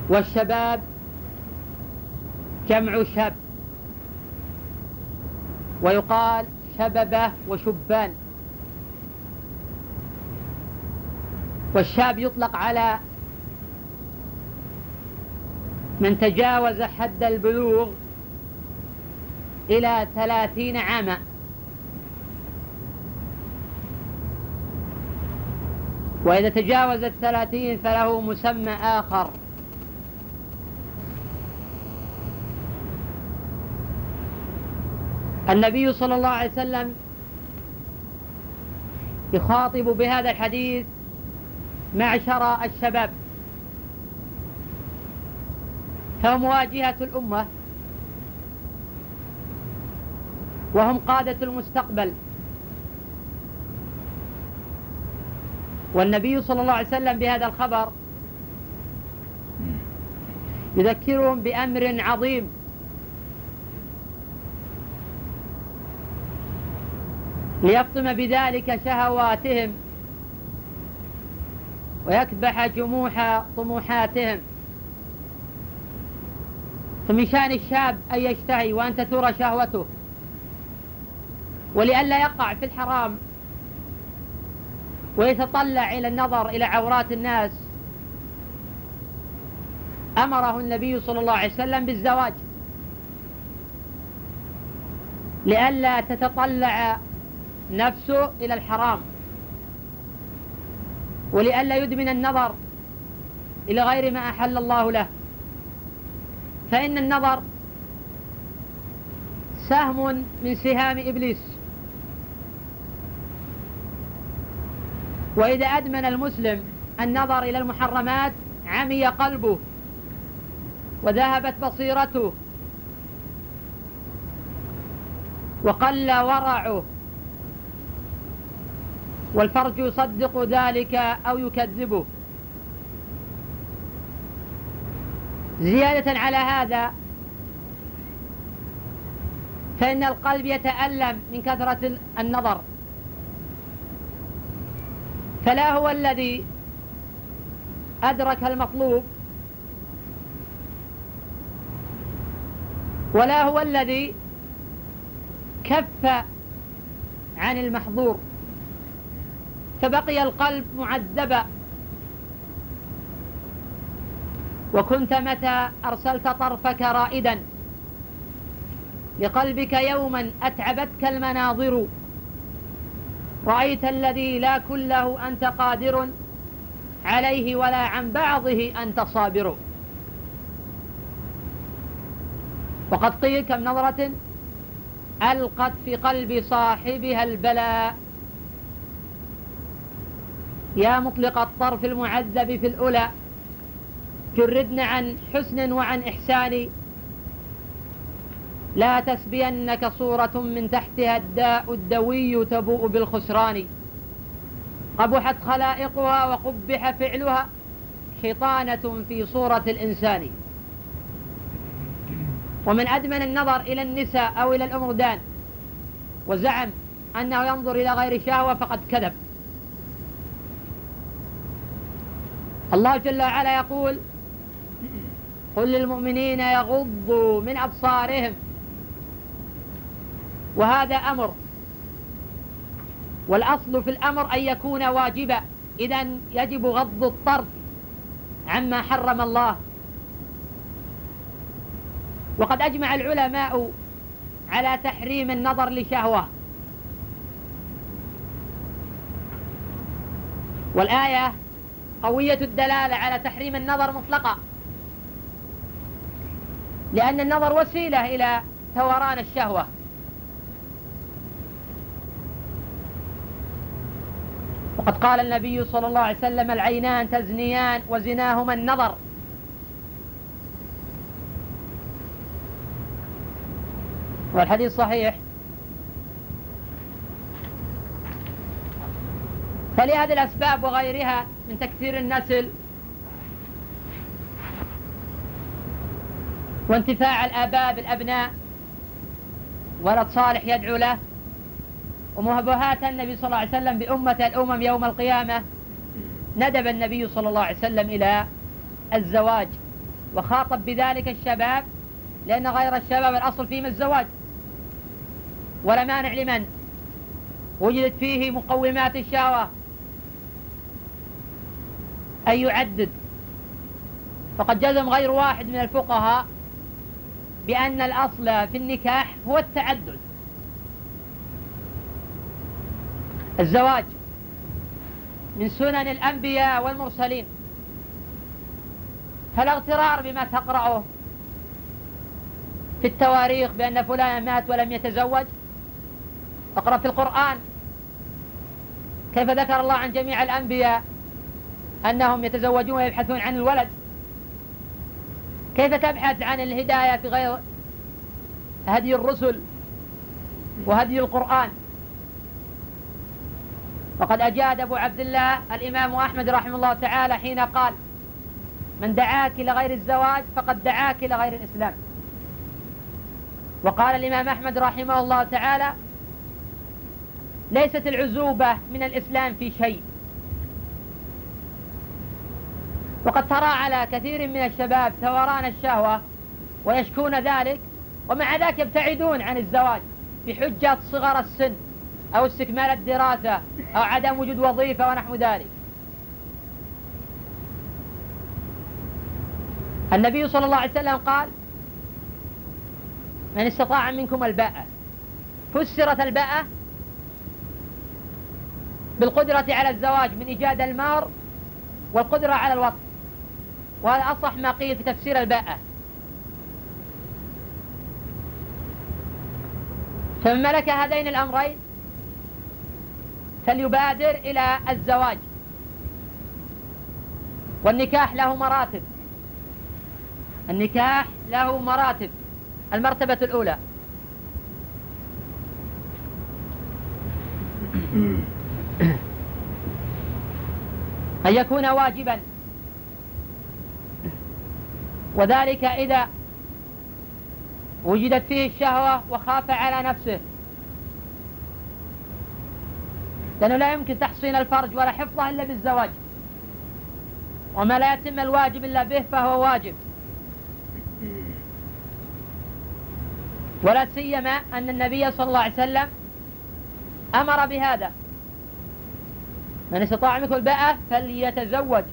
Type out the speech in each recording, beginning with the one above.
والشباب جمع شاب، ويقال شببة وشبان. والشاب يطلق على من تجاوز حد البلوغ إلى 30 عاما، وإذا تجاوز 30 فله مسمى آخر. النبي صلى الله عليه وسلم يخاطب بهذا الحديث معشر الشباب، فهم واجهة الأمة، وهم قادة المستقبل. والنبي صلى الله عليه وسلم بهذا الخبر يذكرهم بأمر عظيم، ليفطم بذلك شهواتهم ويكبح جموح طموحاتهم. فمن شأن الشاب أن يشتهي وأن تثور شهوته، ولئلا يقع في الحرام ويتطلع إلى النظر إلى عورات الناس، أمره النبي صلى الله عليه وسلم بالزواج، لئلا تتطلع نفسه إلى الحرام، ولئلا يدمن النظر إلى غير ما أحل الله له. فإن النظر سهم من سهام إبليس، وإذا أدمن المسلم النظر إلى المحرمات عمي قلبه وذهبت بصيرته وقل ورعه، والفرج يصدق ذلك أو يكذبه. زيادة على هذا فإن القلب يتألم من كثرة النظر، فلا هو الذي أدرك المطلوب، ولا هو الذي كف عن المحظور، فبقي القلب معذبا. وكنت متى أرسلت طرفك رائدا لقلبك يوما أتعبتك المناظر، رأيت الذي لا كله أنت قادر عليه ولا عن بعضه أنت صابر. وقد قيل كم نظرة ألقت في قلب صاحبها البلاء، يا مطلق الطرف المعذب في الأولى، جردنا عن حسن وعن إحسان، لا تسبينك صورة من تحتها الداء الدوي تبوء بالخسران، قبحت خلائقها وقبح فعلها، شيطانة في صورة الإنسان. ومن أدمن النظر إلى النساء أو إلى الأمردان وزعم أنه ينظر إلى غير شهوة فقد كذب. الله جل وعلا يقول: قل للمؤمنين يغضوا من أبصارهم، وهذا أمر، والأصل في الأمر أن يكون واجبا، إذن يجب غض الطرف عما حرم الله. وقد أجمع العلماء على تحريم النظر لشهوة، والآية قوية الدلالة على تحريم النظر مطلقا، لأن النظر وسيلة إلى ثوران الشهوة. وقد قال النبي صلى الله عليه وسلم: العينان تزنيان وزناهما النظر. والحديث صحيح. فلهذه الأسباب وغيرها من تكثير النسل وانتفاع الآباء بالأبناء، ولد صالح يدعو له، ومهبهات النبي صلى الله عليه وسلم بأمة الأمم يوم القيامة، ندب النبي صلى الله عليه وسلم إلى الزواج وخاطب بذلك الشباب، لأن غير الشباب الأصل فيهم الزواج، ولا مانع لمن وجدت فيه مقومات الشهوة أن يعدد. فقد جزم غير واحد من الفقهاء بأن الأصل في النكاح هو التعدد. الزواج من سنن الأنبياء والمرسلين، فلا اغترار بما تقرأه في التواريخ بأن فلان مات ولم يتزوج. اقرأ في القرآن كيف ذكر الله عن جميع الأنبياء أنهم يتزوجون ويبحثون عن الولد. كيف تبحث عن الهداية في غير هدي الرسل وهدي القرآن؟ وقد أجاد أبو عبد الله الإمام أحمد رحمه الله تعالى حين قال: من دعاك إلى غير الزواج فقد دعاك إلى غير الإسلام. وقال الإمام أحمد رحمه الله تعالى: ليست العزوبة من الإسلام في شيء. وقد ترى على كثير من الشباب ثوران الشهوة ويشكون ذلك، ومع ذلك يبتعدون عن الزواج بحجة صغر السن أو استكمال الدراسة أو عدم وجود وظيفة ونحو ذلك. النبي صلى الله عليه وسلم قال: من استطاع منكم الباءة. فسرت الباءة بالقدرة على الزواج من إيجاد المار والقدرة على الوطن، وهذا أصح ما قيل في تفسير الباءة. فمن ملك هذين الأمرين فليبادر إلى الزواج. والنكاح له مراتب. النكاح له مراتب. المرتبة الأولى أن يكون واجبا، وذلك إذا وجدت فيه الشهوة وخاف على نفسه، لأنه لا يمكن تحصين الفرج ولا حفظه إلا بالزواج، وما لا يتم الواجب إلا به فهو واجب. ولا سيما أن النبي صلى الله عليه وسلم أمر بهذا: من استطاع منكم الباءة فليتزوج.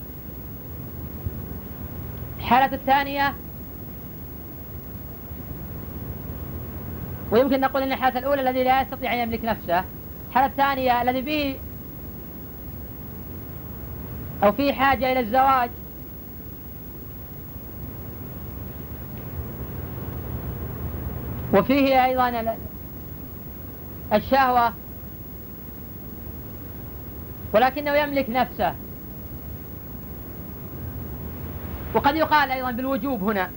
الحالة الثانية، ويمكن نقول أن الحالة الأولى الذي لا يستطيع أن يملك نفسه، الحالة الثانية الذي به أو فيه حاجة إلى الزواج وفيه أيضا الشهوة ولكنه يملك نفسه. وقد يقال أيضا بالوجوب هنا،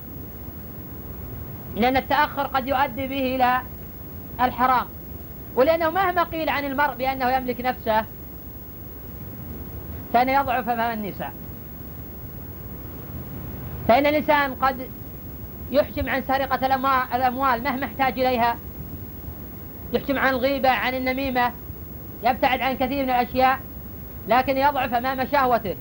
لأن التأخر قد يؤدي به إلى الحرام، ولأنه مهما قيل عن المرء بأنه يملك نفسه فإن يضعف أمام النساء. فإن الإنسان قد يحجم عن سرقة الأموال مهما احتاج إليها، يحجم عن الغيبة، عن النميمة، يبتعد عن كثير من الأشياء، لكن يضعف أمام شهوته.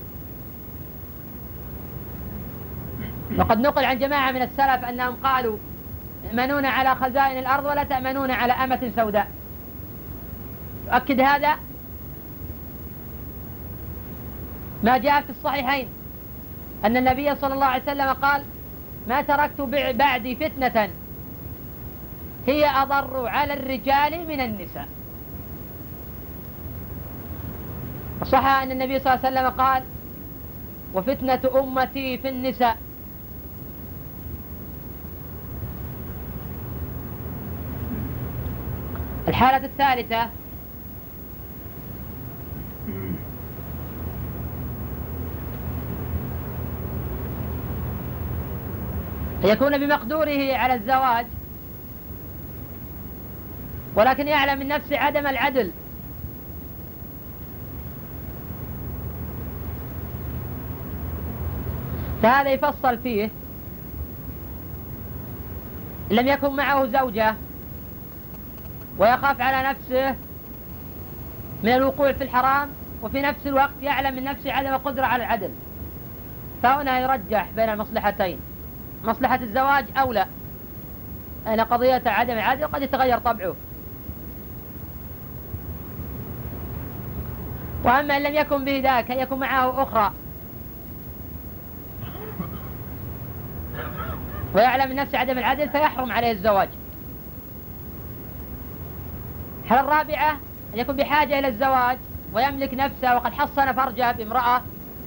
وقد نقل عن جماعة من السلف أنهم قالوا: تأمنون على خزائن الأرض ولا تأمنون على أمة سوداء. يؤكد هذا ما جاء في الصحيحين أن النبي صلى الله عليه وسلم قال: ما تركت بعدي فتنة هي أضر على الرجال من النساء. وصح أن النبي صلى الله عليه وسلم قال: وفتنة أمتي في النساء. الحالة الثالثة يكون بمقدوره على الزواج ولكن يعلم من نفسه عدم العدل، فهذا يفصل فيه: لم يكن معه زوجة ويخاف على نفسه من الوقوع في الحرام، وفي نفس الوقت يعلم من نفسه عدم القدرة على العدل، فهنا يرجح بين المصلحتين، مصلحة الزواج أولى، أن قضية عدم العدل قد يتغير طبعه. وأما إن لم يكن به ذاك يكون معه أخرى ويعلم من نفسه عدم العدل فيحرم عليه الزواج. الحالة الرابعة أن يكون بحاجة إلى الزواج ويملك نفسه وقد حصن فرجه بامرأة،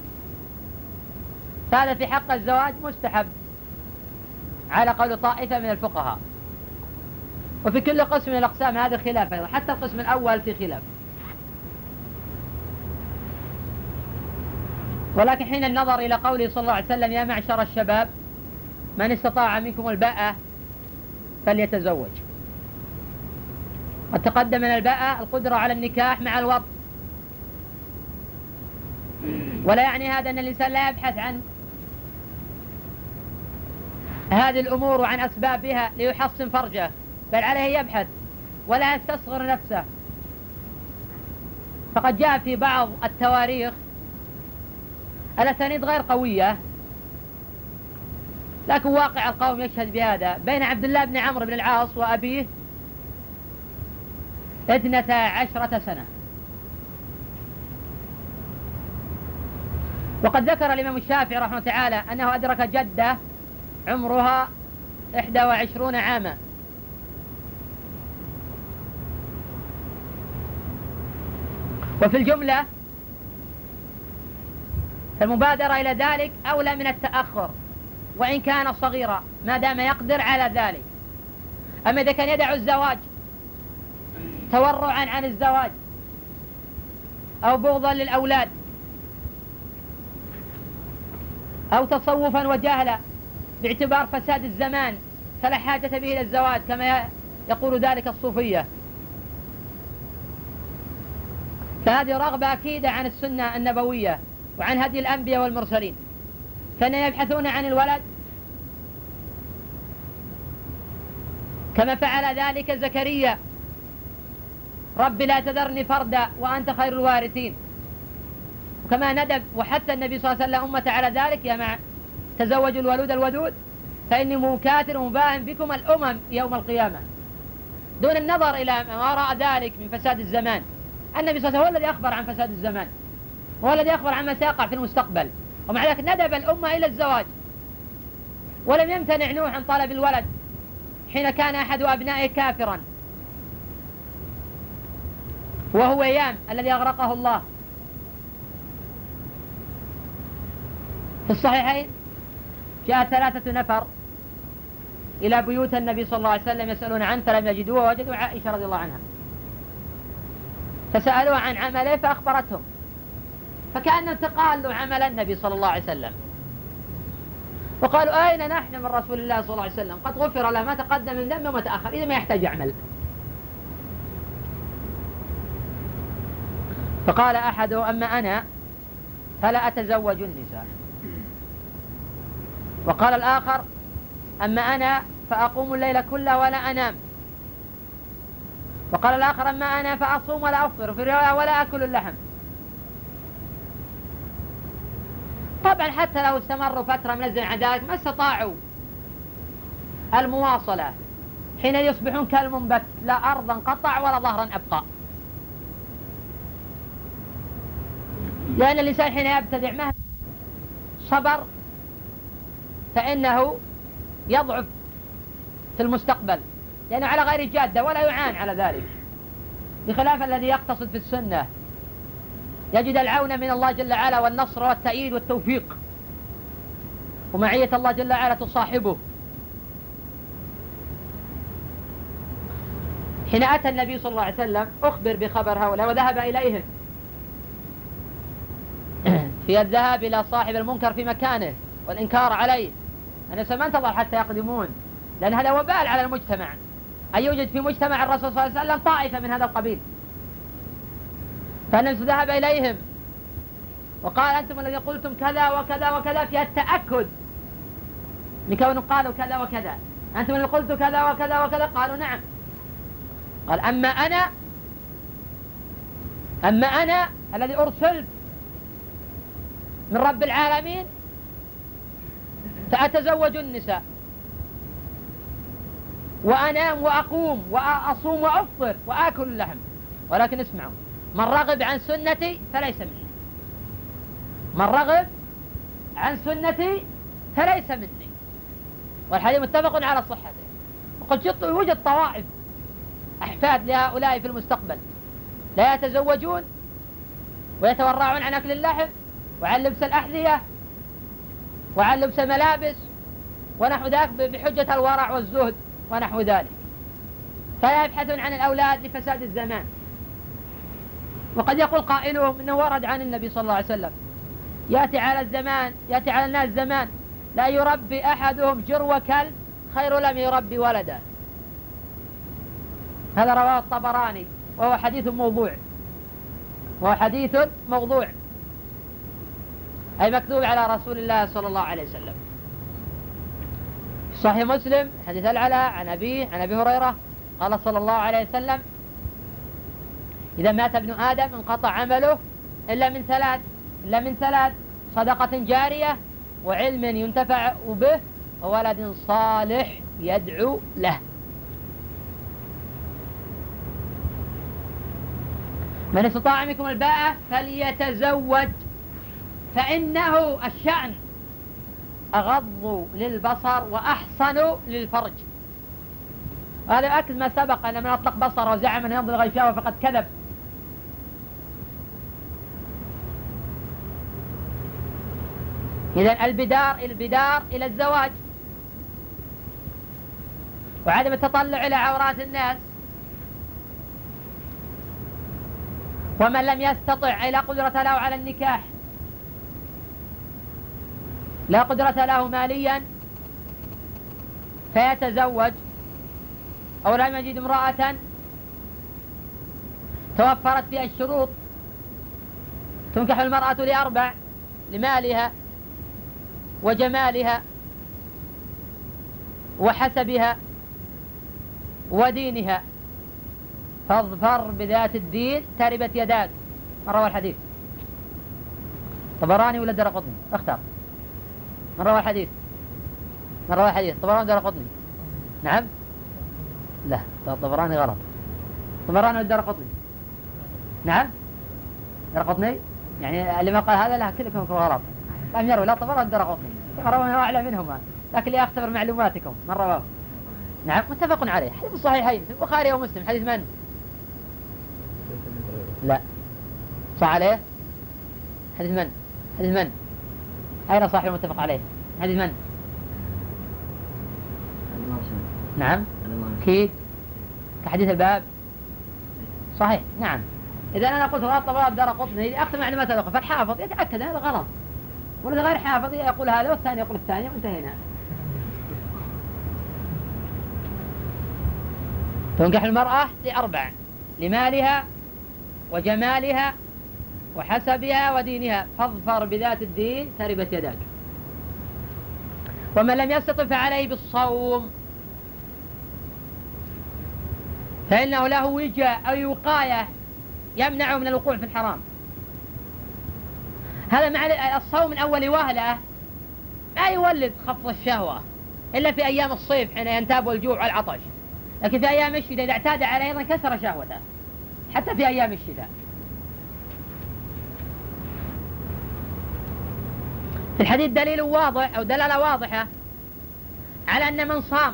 فهذا في حق الزواج مستحب على قول طائفة من الفقهاء. وفي كل قسم من الأقسام هذا خلاف أيضا، حتى القسم الأول في خلاف. ولكن حين النظر إلى قوله صلى الله عليه وسلم يا معشر الشباب من استطاع منكم الباءة فليتزوج، قد تقدم من الباءة القدرة على النكاح مع الوطء، ولا يعني هذا أن الإنسان لا يبحث عن هذه الأمور وعن أسبابها ليحصن فرجه، بل عليه يبحث ولا يستصغر نفسه. فقد جاء في بعض التواريخ الأسانيد غير قوية لكن واقع القوم يشهد بهذا، بين عبد الله بن عمرو بن العاص وأبيه 12 سنة. وقد ذكر الإمام الشافعي رحمه تعالى أنه أدرك جدة عمرها 21 عاما. وفي الجملة فالمبادرة إلى ذلك أولى من التأخر وإن كان صغيرا ما دام يقدر على ذلك. أما إذا كان يدع الزواج تورعا عن الزواج أو بغضا للأولاد أو تصوفا وجهلا باعتبار فساد الزمان فلا حاجة به إلى الزواج كما يقول ذلك الصوفية، فهذه رغبة أكيدة عن السنة النبوية وعن هدي الأنبياء والمرسلين، كانوا يبحثون عن الولد كما فعل ذلك زكريا رب لا تذرني فردا وأنت خير الوارثين، وكما ندب وحتى النبي صلى الله عليه وسلم أمة على ذلك يا مع تزوجوا الولود الودود فإني مكاثر ومباهم بكم الأمم يوم القيامة، دون النظر إلى ما وراء ذلك من فساد الزمان. النبي صلى الله عليه وسلم هو الذي أخبر عن فساد الزمان وهو الذي أخبر عما سيقع في المستقبل، ومع ذلك ندب الأمة إلى الزواج. ولم يمتنع نوح عن طلب الولد حين كان أحد أبنائه كافرا وهو يام الذي أغرقه الله. في الصحيحين جاء 3 نفر إلى بيوت النبي صلى الله عليه وسلم يسألون عنه فلم يجدوه ووجدوا عائشة رضي الله عنها، فسألوا عن عمله فأخبرتهم، فكأنه تقالوا عمل النبي صلى الله عليه وسلم وقالوا أين نحن من رسول الله صلى الله عليه وسلم قد غفر له ما تقدم من ذنبه وما تأخر، إذا ما يحتاج يعمل. فقال أحدهم أما أنا فلا أتزوج النساء، وقال الآخر أما أنا فأقوم الليل كله ولا أنام، وقال الآخر أما أنا فأصوم ولا أفطر، في رواية ولا أكل اللحم. طبعا حتى لو استمروا فترة من الزمن عن ذلك ما استطاعوا المواصلة، حين يصبحون كالمنبت لا أرضا قطع ولا ظهرا أبقى، لأن الإنسان حين يبتدع مهما صبر فإنه يضعف في المستقبل لأنه على غير جادة ولا يعان على ذلك، بخلاف الذي يقتصد في السنة يجد العون من الله جل وعلا والنصر والتأييد والتوفيق ومعية الله جل وعلا تصاحبه. حين أتى النبي صلى الله عليه وسلم أخبر بخبر هؤلاء وذهب إليهم في الذهاب إلى صاحب المنكر في مكانه والإنكار عليه، أنا ما انتظر حتى يقدمون، لأن هذا وبال على المجتمع أن يوجد في مجتمع الرسول صلى الله عليه وسلم طائفة من هذا القبيل. فالنبي ذهب إليهم وقال أنتم الذين قلتم كذا وكذا وكذا في التأكد من كونوا قالوا كذا وكذا، أنتم الذين قلتوا كذا وكذا وكذا، قالوا نعم. قال أما أنا الذي أرسلت من رب العالمين فأتزوج النساء وأنام وأقوم وأصوم وأفطر وآكل اللحم، ولكن اسمعوا: من رغب عن سنتي فليس مني. من رغب عن سنتي فليس مني. والحديث متفق على صحته. وقد يوجد طوائف أحفاد لهؤلاء في المستقبل لا يتزوجون ويتورعون عن أكل اللحم وعن لبس الأحذية وعن لبس الملابس ونحو ذلك بحجة الورع والزهد ونحو ذلك، فلا يبحثون عن الأولاد لفساد الزمان. وقد يقول قائلهم إنه ورد عن النبي صلى الله عليه وسلم: يأتي على الناس زمان لا يربي أحدهم جرو كلب خير لم يربي ولده. هذا رواه الطبراني وهو حديث موضوع، أي مكذوب على رسول الله صلى الله عليه وسلم. في صحيح مسلم حديث العلاء عن أبي هريرة قال صلى الله عليه وسلم: إذا مات ابن آدم انقطع عمله إلا من ثلاث: صدقة جارية، وعلم ينتفع به، وولد صالح يدعو له. من استطاع منكم الباءة فليتزوج فإنه الشأن أغض للبصر وأحصن للفرج. هذا أكد ما سبق أن من أطلق بصره وزعم أنه ينظر غيشاوة فقد كذب. إذن البدار إلى الزواج وعدم التطلع إلى عورات الناس. ومن لم يستطع أي لا قدرة له على النكاح، لا قدرة له ماليا، فيتزوج، أو لم يجد امرأة توفرت فيها الشروط. تنكح المرأة لأربع: لمالها وجمالها وحسبها ودينها، فاظفر بذات الدين تربت يداك. من روى الحديث؟ طبراني ولا الدرقطني؟ اختار. من روى الحديث؟ طبراني الدرقطني؟ نعم؟ لا، طبراني غلط. طبراني ولا الدرقطني؟ نعم؟ درقطني؟ يعني اللي ما قال هذا لا كلكم غلط. لم يروي لا طبراني ولا الدرقطني، رواه أعلى منهما، لكن لأختبر معلوماتكم. من رواه؟ نعم، متفق عليه، حديث الصحيحين في البخاري ومسلم. حديث من؟ لا، صح عليه؟ حديث من؟ أين صاحب المتفق عليه؟ حديث من؟ نعم، أكيد كحديث الباب. صحيح، نعم. إذا أنا قلت غلط طبعا درقطني أكثر معلومات الأخرى، فالحافظ يتأكد هذا غلط، والذي غير حافظ يقول هذا والثاني يقول الثاني، وانتهينا. تنكح المرأة لأربع: لمالها وجمالها وحسبها ودينها، فاظفر بذات الدين تربت يداك. ومن لم يستطع فعليه بالصوم، فإنه له وجاء أو وقاية يمنعه من الوقوع في الحرام. هذا مع الصوم من أول وهلة لا يولد خفض الشهوة إلا في أيام الصيف حين ينتاب الجوع والعطش، لكن في أيام الشتاء إذا اعتاد عليه أيضا كسر شهوته حتى في أيام الشتاء. في الحديث دليل واضح أو دلالة واضحة على أن من صام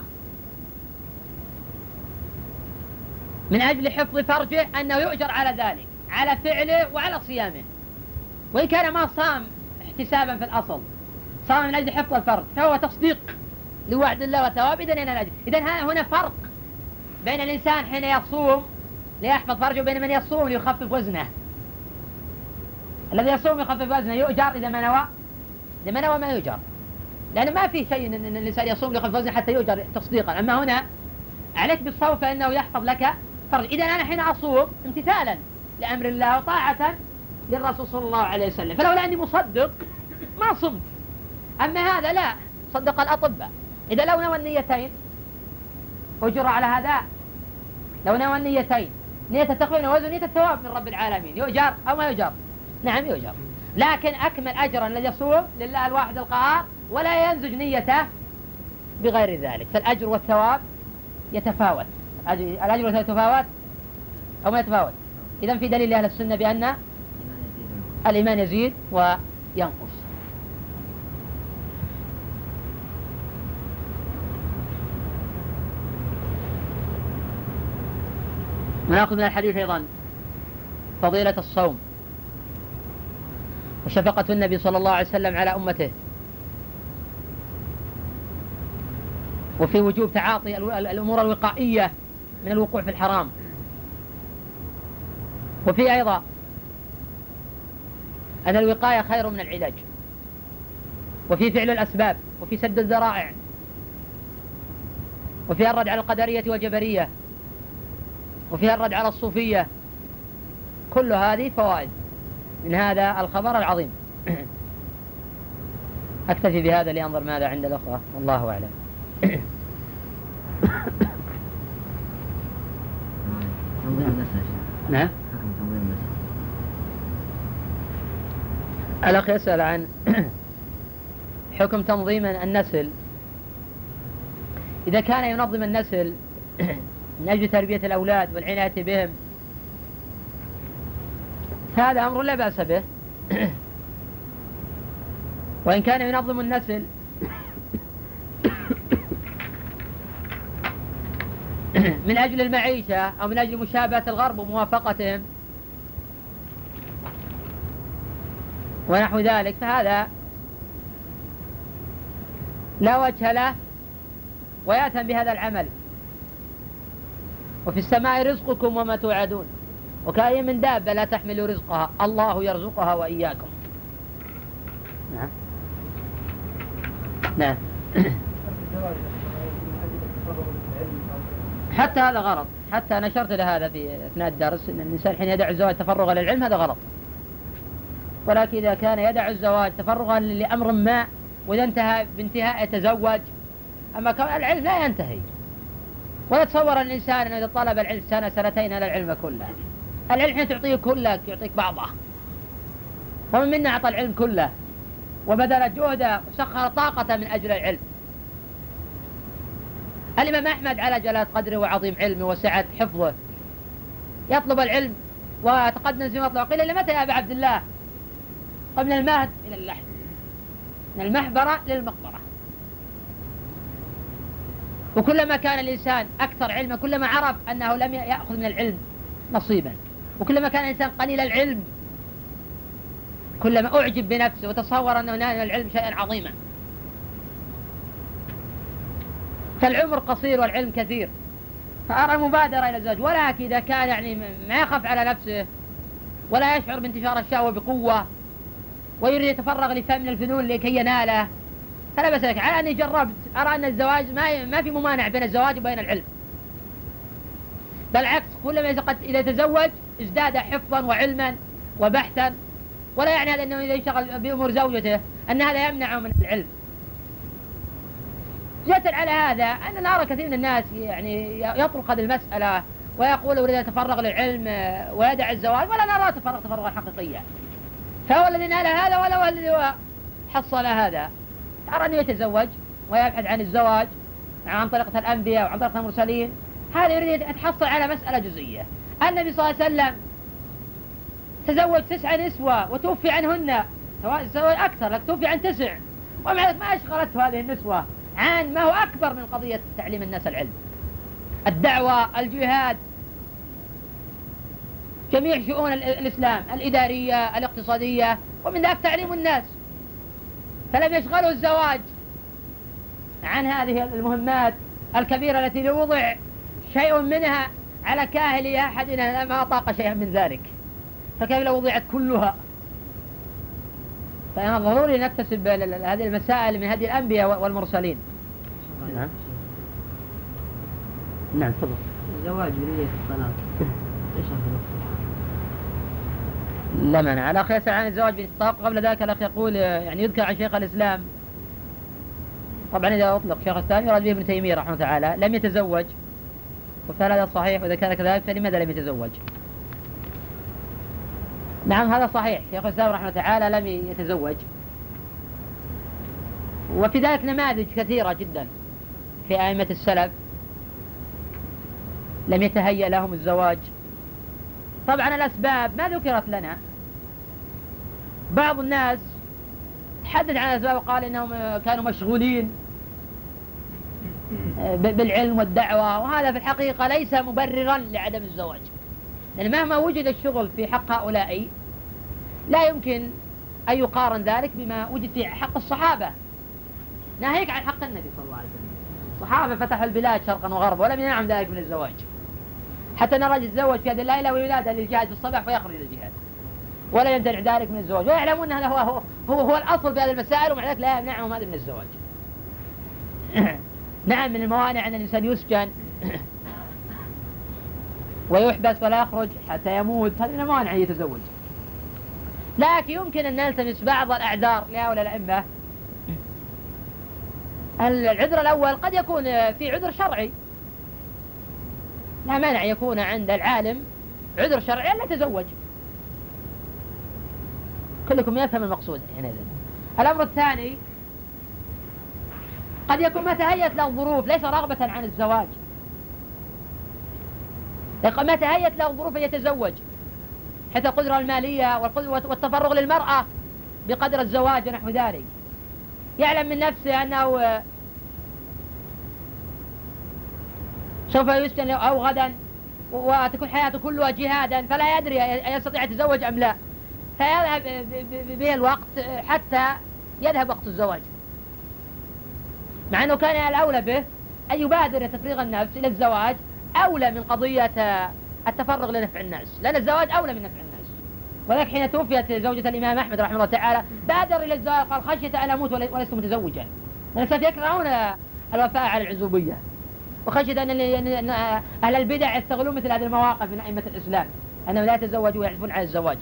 من أجل حفظ فرجه أنه يؤجر على ذلك، على فعله وعلى صيامه، وإن كان ما صام احتسابا في الأصل، صام من أجل حفظ الفرج، فهو تصديق لوعد الله وثوابه. إذن هنا فرق بين الإنسان حين يصوم ليحفظ فرجه وبين من يصوم ليخفف وزنه. الذي يصوم يخفف وزنه يؤجر إذا ما نوى ما يؤجر، لأن ما في شيء أن الإنسان يصوم ليخفف وزنه حتى يؤجر تصديقا. أما هنا عليك بالصوم فإنه يحفظ لك فرج. إذا أنا حين أصوم امتثالا لأمر الله وطاعة للرسول صلى الله عليه وسلم، فلولا أني مصدق ما صمت. أما هذا لا، صدق الأطباء. إذا لو نوى النيتين أجر على هذا. لو نوى النيتين، نية التقويم وزن نية الثواب من رب العالمين، يؤجر أو ما يؤجر؟ نعم يؤجر. لكن أكمل أجرا الذي يصوم لله الواحد القهار ولا ينزج نيته بغير ذلك، فالأجر والثواب يتفاوت. الأجر والثواب يتفاوت أو ما يتفاوت. إذن في دليل أهل السنة بأن الإيمان يزيد وينقص. ونأخذ من الحديث أيضا فضيلة الصوم وشفقة النبي صلى الله عليه وسلم على أمته، وفي وجوب تعاطي الأمور الوقائية من الوقوع في الحرام، وفي أيضا أن الوقاية خير من العلاج، وفي فعل الأسباب، وفي سد الذرائع، وفي الرد على القدرية والجبرية، وفي الرد على الصوفية. كل هذه فوائد من هذا الخبر العظيم. أكتفي بهذا لأنظر ماذا عند الأخوة، والله أعلم. نعم. الأخ يسأل عن حكم تنظيم النسل. إذا كان ينظم النسل من أجل تربية الأولاد والعناية بهم هذا أمر لا بأس به. وإن كان ينظم النسل من أجل المعيشة أو من أجل مشابهة الغرب وموافقتهم ونحو ذلك فهذا لا وجه له ويأثم بهذا العمل. وفي السماء رزقكم وما توعدون وكأي من دابة لا تحمل رزقها الله يرزقها وإياكم. نعم نعم. حتى هذا غلط، حتى نشرت لهذا في أثناء الدرس أن الإنسان حين يدع الزواج تفرغا للعلم هذا غلط، ولكن إذا كان يدع الزواج تفرغا لأمر ما وإذا انتهى بانتهاء يتزوج، أما العلم لا ينتهي. ولا تصور الإنسان أنه إذا طلب العلم سنة سنتين على العلم كله. العلم حين تعطيه كله يعطيك بعضه، ومن منا أعطى العلم كله وبذل جهده وسخر طاقته من أجل العلم. الإمام أحمد على جلالة قدره وعظيم علمه وسعة حفظه يطلب العلم وتقدم في مطلع. قيل لمتى يا أبا عبد الله؟ قال من المهد إلى اللحد، من المحبرة للمقبرة. وكلما كان الإنسان أكثر علما كلما عرف أنه لم يأخذ من العلم نصيبا، وكلما كان الإنسان قليل العلم كلما أعجب بنفسه وتصور أنه نال من العلم شيئا عظيما. فالعمر قصير والعلم كثير، فأرى المبادرة إلى الزواج. ولكن إذا كان يعني ما يخاف على نفسه ولا يشعر بانتشار الشهوة بقوة ويريد يتفرغ لفهم من الفنون لكي يناله فلا بأس لك. على أني جربت أرى أن الزواج ما في ممانع بين الزواج وبين العلم، بالعكس كلما إذا تزوج ازداد حفظا وعلما وبحثا. ولا يعني هذا أنه إذا يشتغل بأمور زوجته أن هذا يمنعه من العلم. جاءت على هذا أن نرى كثير من الناس يعني يطرق هذه المسألة ويقول أريد أن أتفرغ للعلم ويدع الزواج، ولا نرى تفرغا حقيقيا. فهو الذي نال هذا ولا هو الذي حصل هذا. أرى أنه يتزوج ويبحث عن الزواج عن طريقة الأنبياء وعن طريقة المرسلين، هذا يريد أن يتحصل على مسألة جزئية. النبي صلى الله عليه وسلم تزوج 9 نسوة وتوفي عنهن، تزوج أكثر لكن توفي عن 9، ومع ذلك ما أشغلته هذه النسوة عن ما هو أكبر من قضية تعليم الناس العلم، الدعوة، الجهاد، جميع شؤون الإسلام الإدارية الاقتصادية، ومن ذلك تعليم الناس. فلم يشغله الزواج عن هذه المهمات الكبيرة التي لو وضع شيء منها على كاهل أحدنا ما أطاق شيئا من ذلك، فكيف لو وضعت كلها؟ فأنا ضروري نكتسب هذه المسائل من هدي الأنبياء والمرسلين. نعم نعم تفضل. الزواج بنية الطلاق ايش لا مانع. الأخ يسأل عن الزواج بالطلاق. قبل ذلك الأخ يقول يعني يذكر عن شيخ الإسلام، طبعا إذا أطلق شيخ الإسلام يراد به ابن تيمية رحمه الله تعالى، لم يتزوج، فهل هذا صحيح؟ وإذا كان كذلك فلماذا لم يتزوج؟ نعم هذا صحيح، شيخ الإسلام رحمه الله تعالى لم يتزوج، وفي ذلك نماذج كثيرة جدا في أئمة السلف لم يتهيأ لهم الزواج. طبعا الأسباب ما ذكرت لنا. بعض الناس تحدث عن الأسباب وقال إنهم كانوا مشغولين بالعلم والدعوة، وهذا في الحقيقة ليس مبررا لعدم الزواج، لأن مهما وجد الشغل في حق هؤلاء لا يمكن أن يقارن ذلك بما وجد في حق الصحابة، ناهيك عن حق النبي صلى الله عليه وسلم. الصحابة فتحوا البلاد شرقا وغربا ولم ينعم ذلك من الزواج، حتى أن الرجل يتزوج في هذه الليلة وينادى للجهاد في الصباح فيخرج للجهاد ولا يمتنع ذلك من الزواج، ويعلمون أن هذا هو الأصل في هذه المسائل، ومع ذلك لا يمنعهم هذا من الزواج. نعم من الموانع أن الإنسان يسجن ويحبس ولا يخرج حتى يموت، هذه من الموانع أن يتزوج، لكن يمكن أن نلتمس بعض الأعذار لهؤلاء الأئمة. العذر الأول قد يكون في عذر شرعي، لا مانع يكون عند العالم عذر شرعي أن يتزوج، كلكم يفهم المقصود هنا. الأمر الثاني قد يكون ما تهيأت له الظروف، ليس رغبة عن الزواج، ما تهيأت له الظروف أن يتزوج، حتى القدرة المالية والتفرغ للمرأة بقدر الزواج ونحو ذلك، يعلم من نفسه أنه سوف يسجن أو غدا وتكون حياته كلها جهادا، فلا يدري أن يستطيع يتزوج أم لا، فيذهب به الوقت حتى يذهب وقت الزواج، مع أنه كان الأولى به أن يبادر تفريغ النفس إلى الزواج أولى من قضية التفرغ لنفع الناس، لأن الزواج أولى من نفع الناس. ولذلك حين توفيت زوجة الإمام أحمد رحمه الله تعالى بادر إلى الزواج، قال خشية أن أموت ولست متزوجا، لأن الناس يكرهون الوفاء على العزوبية، وخشية أن أهل البدع يستغلون مثل هذه المواقف من أئمة الإسلام أنهم لا يتزوجوا ويعزفون على الزواج.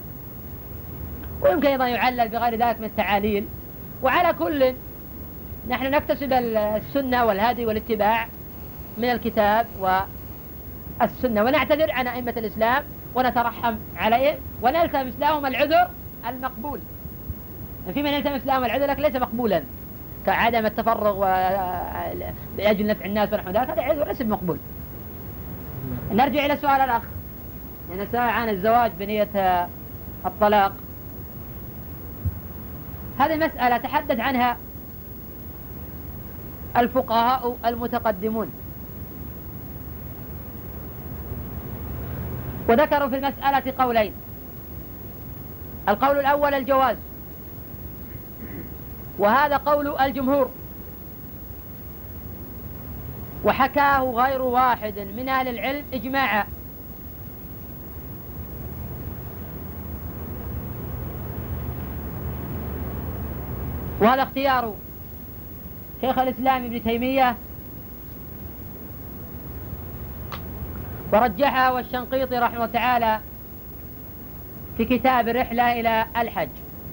ويمكن أيضا يعلل بغير ذلك من التعاليل. وعلى كل نحن نكتسب السنة والهدي والاتباع من الكتاب والسنة، ونعتذر عن أئمة الإسلام ونترحم عليهم ونلتمس لهم العذر المقبول. في من يلتمس لهم العذر لكن ليس مقبولا، كعدم التفرغ لأجل نفع الناس ونحو ذلك، هذا عذر ليس مقبول. نرجع إلى سؤال الأخ، يعني سؤال عن الزواج بنية الطلاق. هذه مسألة تحدث عنها الفقهاء المتقدمون، وذكروا في المسألة قولين. القول الأول الجواز، وهذا قول الجمهور، وحكاه غير واحد من أهل العلم إجماعا. وهذا اختيار شيخ الإسلام ابن تيمية، ورجحها والشنقيطي رحمه الله تعالى في كتاب الرحلة إلى الحج.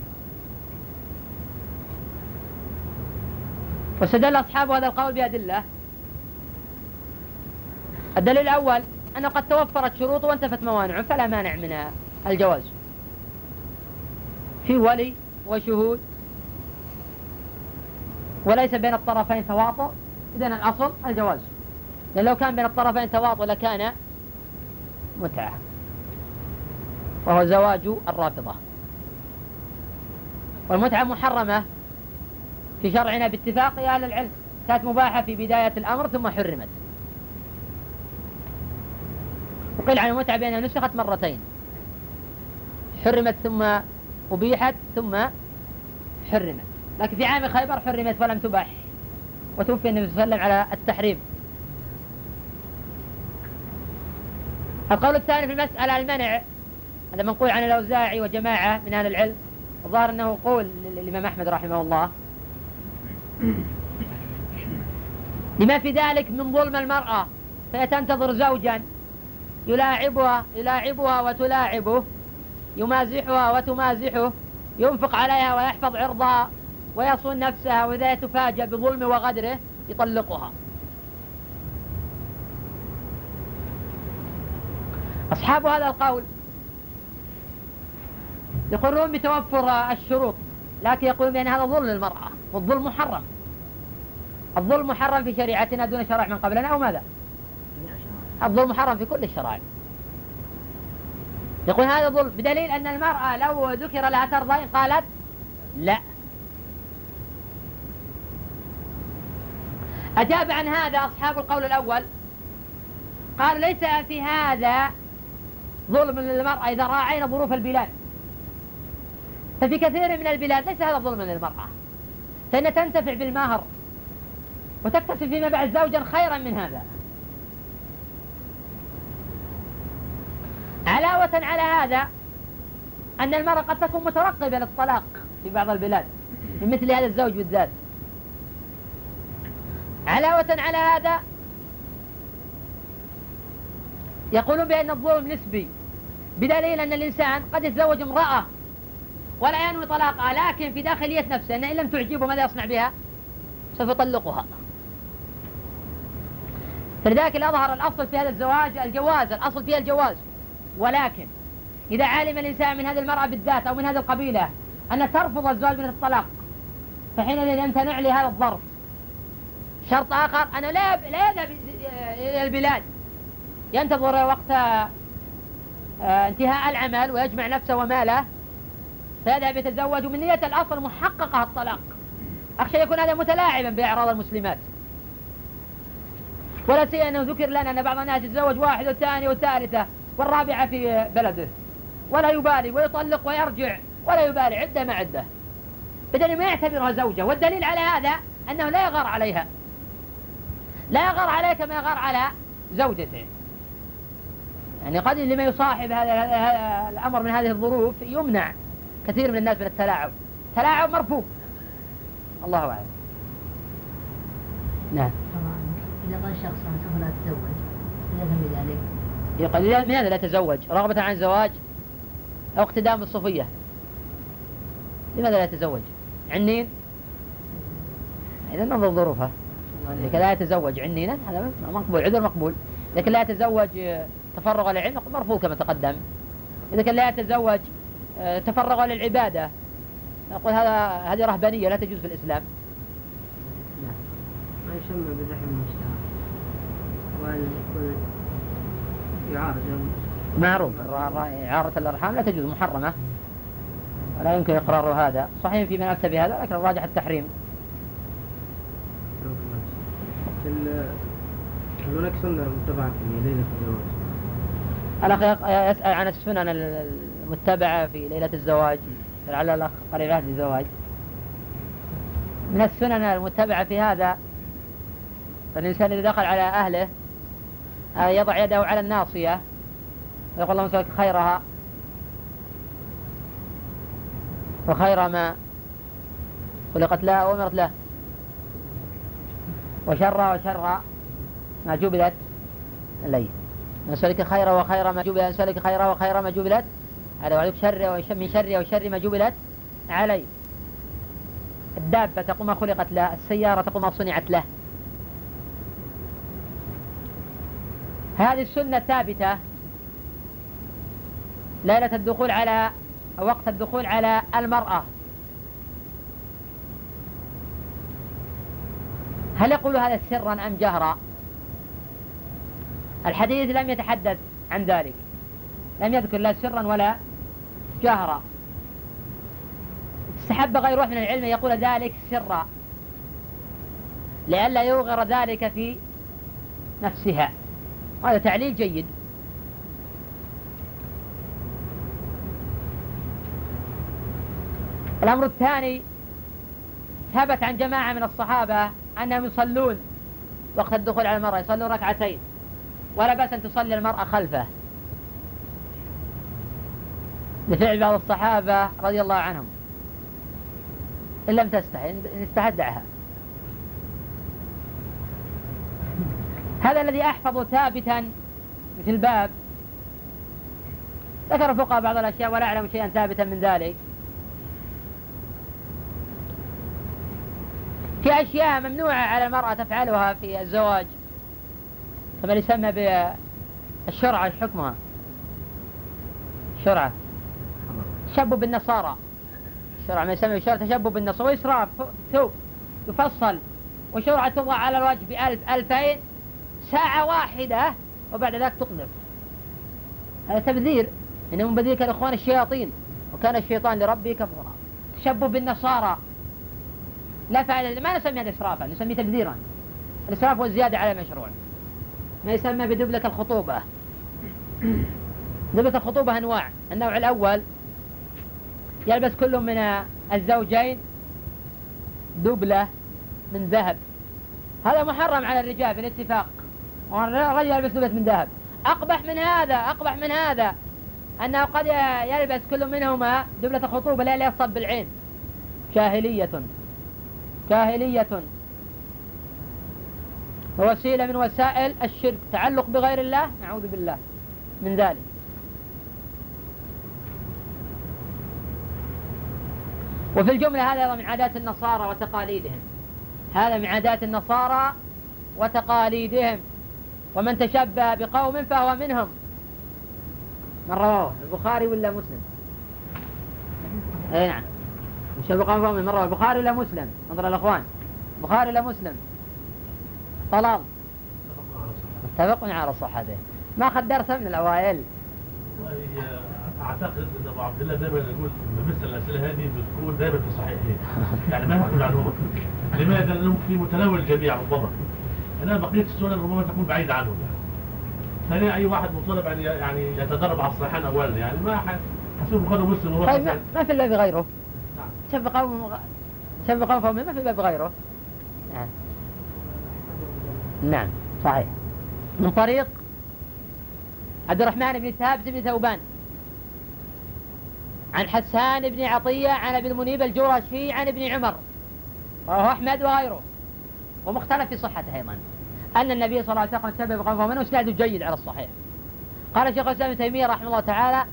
واستدل أصحاب هذا القول بأدلة. الدليل الأول أنه قد توفرت شروط وانتفت موانع فلا مانع من الجواز، في ولي وشهود وليس بين الطرفين تواطؤ، إذن الأصل الجواز، لأن لو كان بين الطرفين تواطؤ لكان متعة، وهو زواج الرافضة. والمتعة محرمة في شرعنا باتفاق أهل العلم، كانت مباحة في بداية الأمر ثم حرمت. وقيل عن المتعة بأنها نسخت مرتين، حرمت ثم أبيحت ثم حرمت، لكن في عام خيبر حرمت ولم تباح، وتوفي النبي صلى الله عليه وسلم على التحريم. القول الثاني في المسألة المنع، هذا منقول عن الأوزاعي وجماعة من أهل العلم، الظاهر أنه قول للإمام أحمد رحمه الله، لما في ذلك من ظلم المرأة، فهي تنتظر زوجا يلاعبها وتلاعبه، يمازحها وتمازحه، ينفق عليها ويحفظ عرضها ويصون نفسها، وإذا يتفاجأ بظلم وغدره يطلقها. أصحاب هذا القول يقرون بتوفر الشروط لكن يقولون بأن هذا ظلم للمرأة، والظلم محرم. الظلم محرم في شريعتنا دون شرع من قبلنا أو ماذا؟ الظلم محرم في كل الشرائع. يقول هذا ظلم بدليل أن المرأة لو ذكر لها ترضى قالت لا. أجاب عن هذا أصحاب القول الأول، قالوا ليس في هذا ظلم للمرأة إذا راعينا ظروف البلاد، ففي كثير من البلاد ليس هذا ظلم للمرأة، فإن تنتفع بالمهر وتكتسب فيما بعد زوجا خيرا من هذا. علاوة على هذا أن المرأة قد تكون مترقبة للطلاق في بعض البلاد من مثل هذا الزوج بالذات. علاوة على هذا يقولون بأن الظلم نسبي، بدليل أن الإنسان قد يتزوج امرأة ولا ينوي طلاقها، لكن في داخلية نفسه أن إن لم تعجبه ماذا يصنع بها؟ سوف يطلقها. فلذلك الأظهر الأصل في هذا الزواج الجواز، الأصل فيها الجواز، ولكن إذا علم الإنسان من هذه المرأة بالذات أو من هذه القبيلة أن ترفض الزواج من الطلاق، فحينئذ يمتنع لهذا الظرف. شرط آخر أنه لا يذهب إلى البلاد، ينتظر وقت انتهاء العمل ويجمع نفسه وماله فيذهب يتزوج من نية الأصل محققة الطلاق. أخشى يكون هذا متلاعبا بأعراض المسلمات. ولا سيما أنه ذكر لنا أن بعض الناس يتزوج واحد والثاني والثالثة والرابعة في بلده ولا يبالي، ويطلق ويرجع ولا يبالي، عدة ما عدة، بدل ما يعتبرها زوجة. والدليل على هذا أنه لا يغار عليها، لا يغار عليها كما يغار على زوجته. يعني قد لما يصاحب هذا الأمر من هذه الظروف يمنع كثير من الناس من التلاعب، تلاعب مرفوض. الله أعلم. نعم. إذا قال الشخص أنا سوف لا أتزوج يذهب ذلك، يقول لماذا لا تزوج؟ رغبة عن الزواج أو اقتدام بالصوفية؟ لماذا لا يتزوج؟ عنين؟ إذا ننظر ظروفها. لكن لا يتزوج عنينا هذا مقبول، عذر مقبول. لكن لا يتزوج تفرغ للعلم مرفوض كما تقدم. إذا كان لا يتزوج تفرغ للعبادة نقول هذه رهبانية لا تجوز في الإسلام. ما يسمى بذحم المشتهى وأن يكون يعارض معروف إعارة الأرحام لا تجوز، محرمة ولا يمكن إقرار هذا. صحيح في من أفتى بهذا لكن الراجح التحريم. هل هناك سنة متبعة في ليلة الزواج؟ الأخ يسأل عن السنن المتبعة في ليلة الزواج، لعل الأخ قريب عهد الزواج. من السنن المتبعة في هذا فالإنسان إذا دخل على أهله يضع يده على الناصية ويقول اللهم سلك خيرها وخير ما خلقت له وأمرت له وشر ما جبلت عليه. نسألك خير وخير ما جبلت، نسألك خير وخير ما جبلت عليه، وعليك شر من شر وشر ما جبلت عليه. الدابة تقوم ما خلقت له، السيارة تقوم ما صنعت له. هذه السنة ثابتة ليلة الدخول على وقت الدخول على المرأة. هل يقول هذا سرا أم جهرا؟ الحديث لم يتحدث عن ذلك، لم يذكر لا سرا ولا جهرا. استحب غير واحد من العلم يقول ذلك سرا لئلا يوغر ذلك في نفسها، وهذا تعليل جيد. الأمر الثاني ثبت عن جماعة من الصحابة أنهم يصلون وقت الدخول على المرأة، يصلون ركعتين ولا بأس أن تصلي المرأة خلفه، لفعل بعض الصحابة رضي الله عنهم، إن لم تستحي، إن استحت دعها. هذا الذي أحفظ ثابتا في الباب. ذكر الفقهاء بعض الأشياء ولا أعلم شيئا ثابتا من ذلك. في أشياء ممنوعة على المرأة تفعلها في الزواج كما يسمى بالشرعة. حكمها شرعة، شبه بالنصارى، شرع ما يسمى بشرع تشبه بالنصارى، وإسراف ثوب يفصل وشرعة توضع على الوجه ب1000 2000 ساعة واحدة وبعد ذلك تقذف. هذا تبذير، إنهم بذيك الإخوان الشياطين، وكان الشيطان لربه كفورا. تشبه بالنصارى لا فائدة، ما نسمي هذا إسرافا، نسميه تبذيرا. الإسراف هو الزيادة على المشروع، ما يسمى بدبلة الخطوبة. دبلة الخطوبة أنواع. النوع الأول يلبس كل من الزوجين دبلة من ذهب، هذا محرم على الرجال بالاتفاق، والرجل يلبس دبلة من ذهب. أقبح من هذا أنه قد يلبس كل منهما دبلة الخطوبة لا يصب بالعين. كاهلية ووسيلة من وسائل الشرك، تعلق بغير الله، نعوذ بالله من ذلك. وفي الجملة هذا أيضا من عادات النصارى وتقاليدهم، هذا من عادات النصارى وتقاليدهم. ومن تشبه بقوم فهو منهم. من رواه البخاري ولا مسلم؟ اي نعم، تشبه بقوم فهو من رواه البخاري ولا مسلم؟ انظر الأخوان، البخاري ولا مسلم؟ طلال متفق على صحته. ما أخذ درسه من الأوائل. اعتقد ان ابو عبد الله دائما يقول مثل الاسئله هذه بتكون دائما في الصحيحين، يعني ما ياخذ عنهم. لماذا؟ لانهم في متناول الجميع ربما، انما بقيه السنن ربما تكون بعيده عنهم. ثانيا اي واحد مطالب ان يعني يتدرب على الصحيحين اولا، يعني ما حسب بخاري ومسلم. طيب ما في الباب غيره. نعم. شبه قوم فهم، ما في الباب غيره. نعم صحيح. من طريق عبد الرحمن بن ثابت بن ثوبان عن حسان بن عطية عن ابي المنيب الجرشي عن ابن عمر، وهو أحمد وغيره، ومختلف في صحته أيضا، أن النبي صلى الله عليه وسلم تشبه بقوم فهم، منه اسناده جيد على الصحيح. قال شيخ الإسلام ابن تيمية رحمه الله تعالى: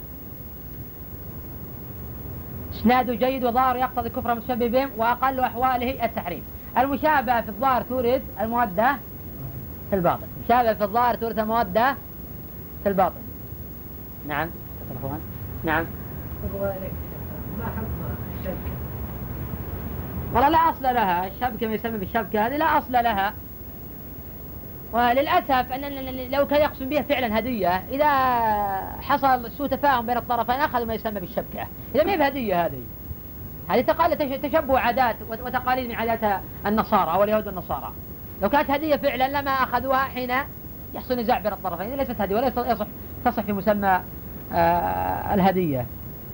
اسناده جيد وظاهر يقتضي كفر المتشبه بهم، وأقل أحواله التحريم. المشابهة في الظاهر تورث المودة في الباطن، مشابهة في الظاهر تورث المودة في الباطن. نعم نعم. ما حكم الشبكة؟ والله لا أصل لها، الشبكة ما يسمى بالشبكة هذه لا أصل لها، وللأسف أن لو كان يقصد بها فعلا هدية، إذا حصل سوء تفاهم بين الطرفين أخذوا ما يسمى بالشبكة. إذا ما هي بهدية هذه تشبه عادات وتقاليد من عادات النصارى واليهود والنصارى. لو كانت هدية فعلا لما أخذوها حين يحصل نزاع بين الطرفين. إذا ليست هدية ولا تصح في مسمى الهدية.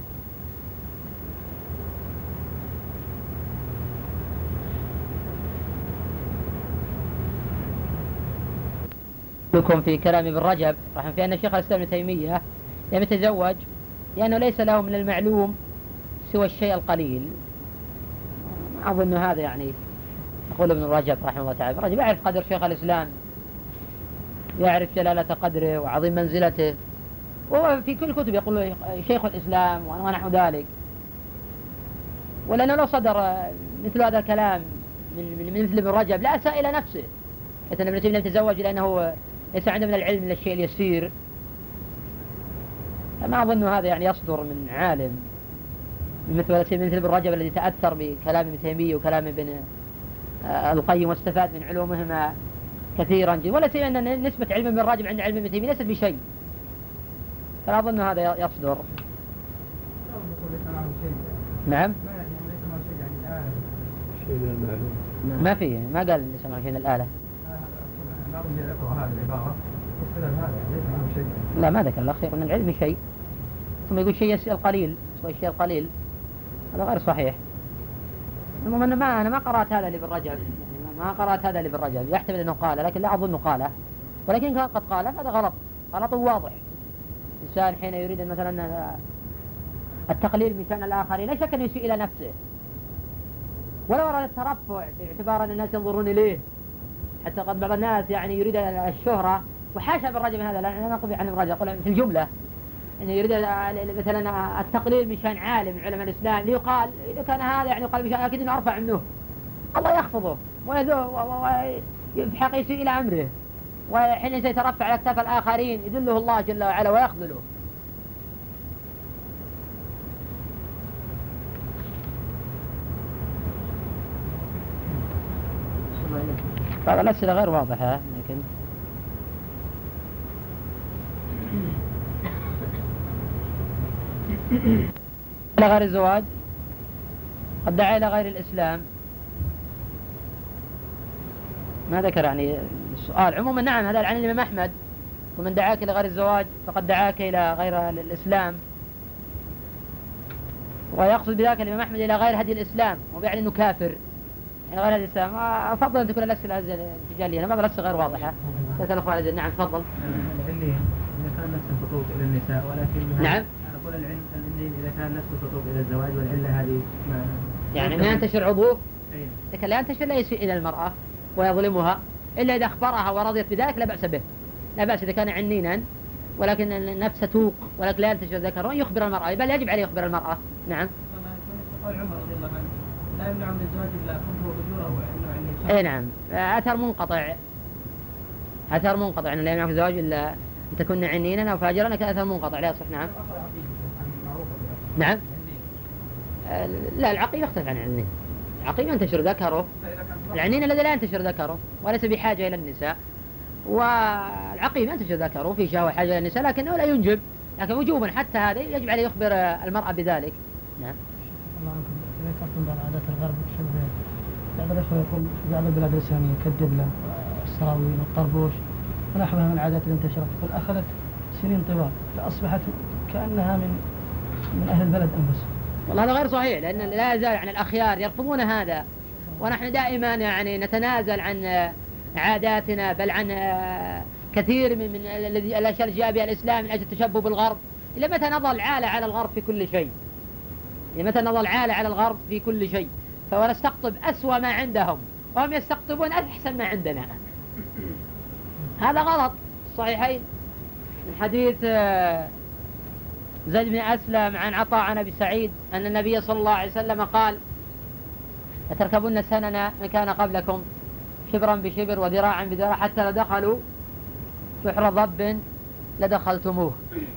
لكم في كلام ابن رجب رحمه في أن شيخ الإسلام ابن تيمية لم يتزوج لأنه ليس له من المعلوم سوى الشيء القليل. أظن هذا يعني يقول ابن رجب رحمه الله تعالى. ابن رجب يعرف قدر شيخ الإسلام، يعرف جلالة قدره وعظيم منزلته، وهو في كل كتب يقول شيخ الإسلام ونحو ذلك. ولأنه لو صدر مثل هذا الكلام من مثل ابن رجب لا سائل نفسه، إذن ابن تيمية لم يتزوج لأنه ليس عنده من العلم إلا الشيء اليسير. فما أظن هذا يعني يصدر من عالم مثل ابن رجب الذي تأثر بكلام ابن تيمية وكلام ابن القيم واستفاد من علومهما كثيرا جدا. ولا سيما أن نسبة علم ابن رجب عند علم ابن تيمية ليست بشيء، فلا أظن هذا يصدر. نعم ما فيه، ما قال ليس معه شيء من الآلة. لا ما ذكر الأخير من العلم شيء، ثم يقول شيء القليل، الشيء القليل هذا غير صحيح. المهم أنا ما قرأت هذا لابن رجب، يعني ما قرأت هذا لابن رجب، يحتمل أنه قال لكن لا أظن قاله، ولكن كان قد قال هذا غلط واضح. الإنسان حين يريد مثلا التقليل من شأن الآخرين لا شك أن يسيء إلى نفسه، ولو أراد الترفع باعتبار أن الناس ينظرون إليه، حتى قد بعض الناس يعني يريد الشهرة، وحاشا بالرجل من هذا، لا نقول عن الرجل، أقول في الجملة أنه يريد مثلا التقليل من شأن عالم من علماء الإسلام ليقال إذا كان هذا يعني يقال بشأن أكيد أنه أرفع منه، الله يخفضه ويحق يسيء إلى أمره، وحين سيترفع على أكتاف الآخرين يذله الله جل وعلا ويخذله. بعض الأسئلة غير واضحة لكن إلى غير الزواج قد دعا إلى غير الإسلام ما ذكر يعني السؤال عموما. نعم هذا عن الإمام أحمد، ومن دعاك إلى غير الزواج فقد دعاك إلى غير الإسلام، ويقصد بذلك الإمام أحمد إلى غير هدي الإسلام وبيعني أنه كافر إلى غير هدي الإسلام. أفضل أن تكون الأسئلة التجالية، أنا بعض الأسئلة غير واضحة. نعم تفضل. العلين إذا كان نفس الخطوب إلى النساء ولكن نعم أقول العلين إذا كان نفس الخطوب إلى الزواج والعلة هذه ما يعني ما ينتشر عضوه، أين؟ لكن لا ينتشر لا يسيء إلى المرأة ويظلمها إلا إذا أخبرها ورضيت بذلك لا بأس به، لا بأس إذا كان عنينا ولكن النفس توق ولكن لا ينتشر ذكره يخبر المرأة، بل يجب عليه يخبر المرأة. نعم. قول عمر رضي الله عنه لا يمنع من الزواج إلا خبره وأجوره وإنه إيه نعم أثر منقطع، أثر منقطع أنه لا يمنع في الزواج إلا أن تكون عنينا أو فاجرا، لكن أثر منقطع لا يصح. نعم. نعم. لا العقيم يختلف عن العنين، العقيم ينتشر ذكره، العنين الذي لا ينتشر ذكره وليس بحاجة إلى النساء، والعقيم ينتشر ذكره في شهوة حاجة إلى النساء لكنه لا ينجب، لكن وجوبا حتى هذا يجب عليه يخبر المرأة بذلك. نعم. الله عنكم ذكرتم بعض عادات الغرب تشبه بعض الأخوة يقول في بعض البلاد الإسلامية كالدبلة والسراويل والطربوش ونحوها من العادات اللي انتشرت أخذت سنين طوال فأصبحت كأنها من أهل البلد أنفسهم. والله هذا غير صحيح، لأن لا يزال يعني الأخيار يرفضون هذا، ونحن دائما يعني نتنازل عن عاداتنا بل عن كثير من الأشياء التي جاء بها الإسلام من أجل التشبه بالغرب. إلى متى نظل عالة على الغرب في كل شيء؟ إلى متى نظل عالة على الغرب في كل شيء؟ فنستقطب أسوأ ما عندهم وهم يستقطبون أحسن ما عندنا. هذا غلط. صحيحين من حديث زيد بن أسلم عن عطاء عن أبي سعيد أن النبي صلى الله عليه وسلم قال لتركبن سنن من كان قبلكم شبرا بشبر وذراعا بذراع حتى لو دخلوا سحر ضب لدخلتموه.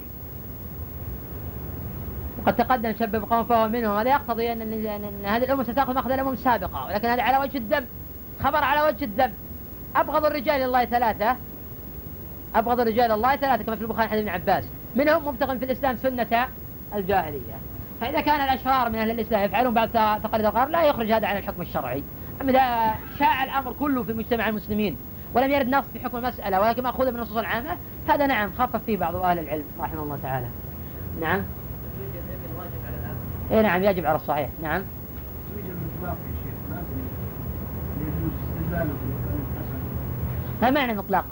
وقد تقدم شبب قوم فهو منهم. هذا يقتضي أن هذه الأمة ستأخذ مأخذ الأمم السابقة، ولكن هذا على وجه الدم، خبر على وجه الدم. أبغض الرجال الله ثلاثة، أبغض الرجال الله ثلاثة كما في البخاري حديث ابن عباس، منهم مبتغ في الإسلام سنة الجاهلية. فإذا كان الأشرار من أهل الإسلام يفعلون بعض تقاليد الغرب لا يخرج هذا عن الحكم الشرعي. أما إذا شاع الأمر كله في مجتمع المسلمين ولم يرد نص في حكم المسألة ولكن مأخوذ من النصوص العامة، هذا نعم خفف فيه بعض أهل العلم رحمه الله تعالى. نعم. إيه نعم يجب على الصحيح. نعم. ما معنى المطلق؟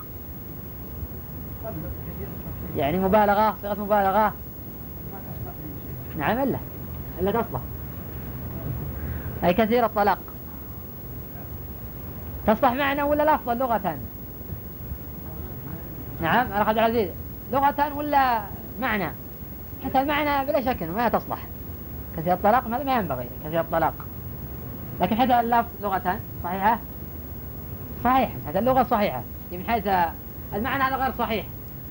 يعني مبالغة، صيغة مبالغة. نعم إلا تصلح، أي كثير الطلاق تصلح معنى ولا لفظا لغة؟ نعم أخي عبد العزيز، لغة ولا معنى؟ حتى المعنى بلا شك ما تصلح. كثير الطلاق هذا ما ينبغي كثير الطلاق، لكن حتى اللفظ لغة صحيحة، صحيح حتى اللغة صحيحة، من حيث المعنى هذا غير صحيح.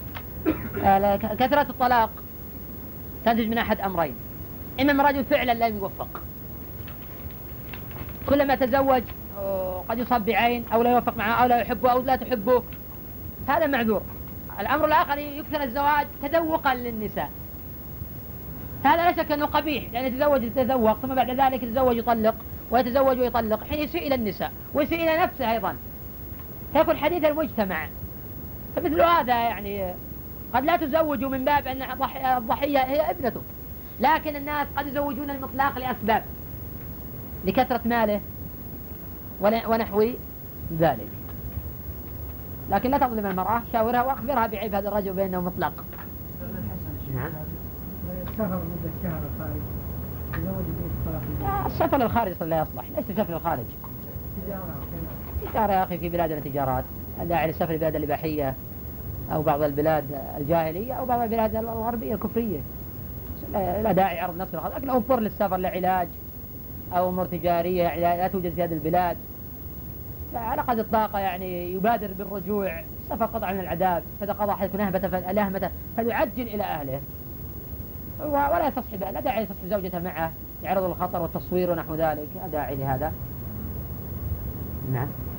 كثرة الطلاق تنتج من أحد أمرين: إما من رجل فعلا لم يوفق، كلما تزوج قد يصاب بعين أو لا يوفق معه أو لا يحبه أو لا تحبه، هذا معذور. الأمر الآخر يكثر الزواج تذوقا للنساء، هذا لا شك أنه قبيح، لأن يتزوج ثم بعد ذلك يتزوج يطلق ويتزوج ويطلق، حين يسيء إلى النساء ويسيء إلى نفسه أيضا، فيكون حديث المجتمع. فمثل هذا يعني قد لا تزوج من باب أن الضحية هي ابنته، لكن الناس قد يزوجون المطلاق لأسباب، لكثرة ماله ونحو ذلك. لكن لا تظلم المرأة، شاورها وأخبرها بعيب هذا الرجل بأنه مطلق. نعم. السفر مدة شهر الخارج يزوج به السفر للخارج لا يصلح، ليس سفر للخارج. تجارة يا أخي في بلادنا تجارات، داعي للسفر لبلاد الإباحية أو بعض البلاد الجاهلية أو بعض البلاد الغربية الكفرية، لا داعي عرض نفس الخارج. لكن أضطر للسفر لعلاج أو أمور تجارية لا توجد في هذه البلاد، فعلى قدر الطاقة يعني يبادر بالرجوع. السفر قطع من العذاب، فإذا قضى أحدكم لهمة فليعجل إلى أهله ولا يستصحب، لا داعي يستصحب زوجته معه يعرض للخطر والتصوير ونحو ذلك، لا داعي لهذا. نعم.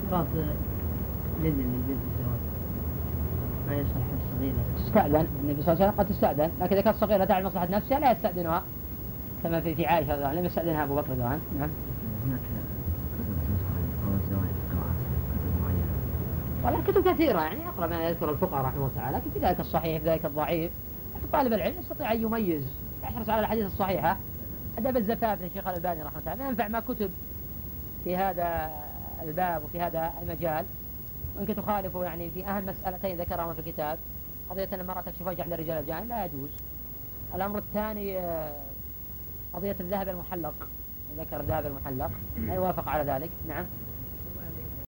اشتراط الإذن للبنت الزواج ما يصح الصغيرة. تستأذن النبي صلى الله عليه وسلم قد تستأذن، لكن إذا كانت صغيرة تعلم مصلحة نفسها لا يستأذنها، كما في عائشة رضي الله عنها لم يستأذنها أبو بكر رضي الله عنه. نعم. هناك كتب تنصح أو الزواج قراءة كتب معينة. والله كتب كثيرة يعني أقرأ ما يذكر الفقهاء رحمه الله تعالى، لكن في ذلك الصحيح في ذلك الضعيف، لكن طالب العلم يستطيع أن يميز، يحرص على الحديث الصحيحة. أدب الزفاف للشيخ الألباني رحمه الله تعالى ينفع ما كتب في هذا الباب وفي هذا المجال، وإنك تخالفه يعني في أهم مسألتين ذكرهما في الكتاب، قضية أن المرأة تكشف وجه عند الرجال الأجانب لا يجوز. الأمر الثاني قضية الذهب المحلق، ذكر الذهب المحلق لا يوافق على ذلك. نعم.